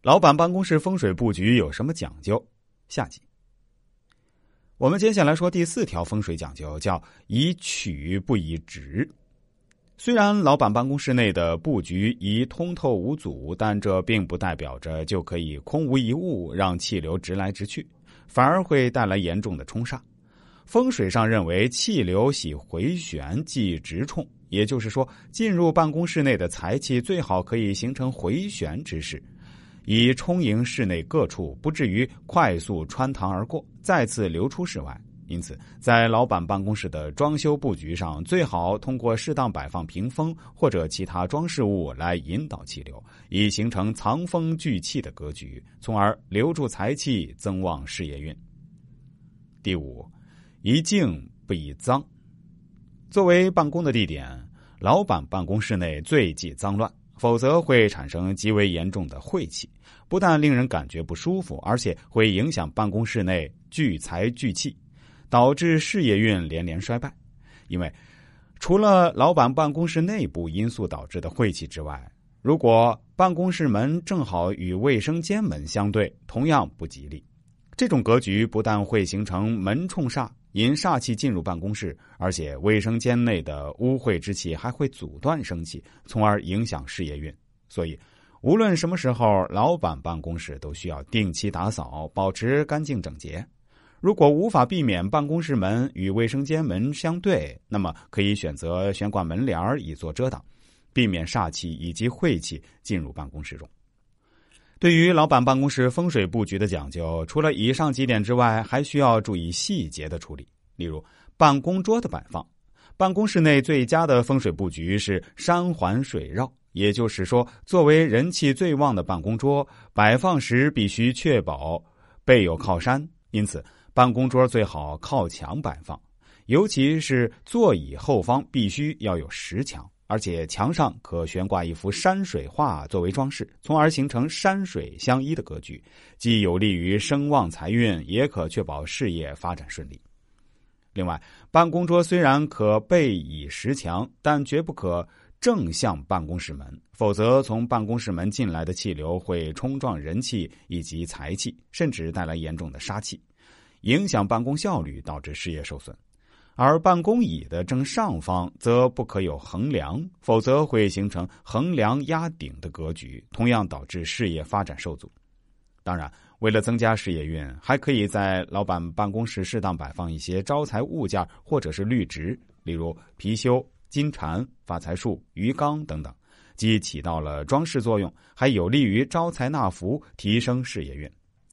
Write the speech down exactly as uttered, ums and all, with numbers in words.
老板办公室风水布局有什么讲究？下集。我们接下来说第四条风水讲究，叫宜曲不宜直。虽然老板办公室内的布局宜通透无阻，但这并不代表着就可以空无一物，让气流直来直去，反而会带来严重的冲煞。风水上认为气流喜回旋即直冲，也就是说进入办公室内的财气最好可以形成回旋之势，以充盈室内各处，不至于快速穿堂而过，再次流出室外。因此在老板办公室的装修布局上，最好通过适当摆放屏风或者其他装饰物来引导气流，以形成藏风聚气的格局，从而留住财气，增旺事业运。第五，宜静不宜脏。作为办公的地点，老板办公室内最忌脏乱，否则会产生极为严重的晦气，不但令人感觉不舒服，而且会影响办公室内聚财聚气，导致事业运连连衰败。因为除了老板办公室内部因素导致的晦气之外，如果办公室门正好与卫生间门相对，同样不吉利。这种格局不但会形成门冲煞，引煞气进入办公室，而且卫生间内的污秽之气还会阻断生气，从而影响事业运。所以无论什么时候，老板办公室都需要定期打扫，保持干净整洁。如果无法避免办公室门与卫生间门相对，那么可以选择悬挂门帘以作遮挡，避免煞气以及晦气进入办公室中。对于老板办公室风水布局的讲究，除了以上几点之外，还需要注意细节的处理。例如办公桌的摆放，办公室内最佳的风水布局是山环水绕，也就是说，作为人气最旺的办公桌，摆放时必须确保背有靠山，因此办公桌最好靠墙摆放，尤其是座椅后方必须要有实墙，而且墙上可悬挂一幅山水画作为装饰，从而形成山水相依的格局，既有利于声旺财运，也可确保事业发展顺利。另外，办公桌虽然可背倚实墙，但绝不可正向办公室门，否则从办公室门进来的气流会冲撞人气以及财气，甚至带来严重的杀气，影响办公效率，导致事业受损。而办公椅的正上方则不可有横梁，否则会形成横梁压顶的格局，同样导致事业发展受阻。当然，为了增加事业运，还可以在老板办公室适当摆放一些招财物件或者是绿植，例如貔貅、金蝉、发财树、鱼缸等等，既起到了装饰作用，还有利于招财纳福，提升事业运。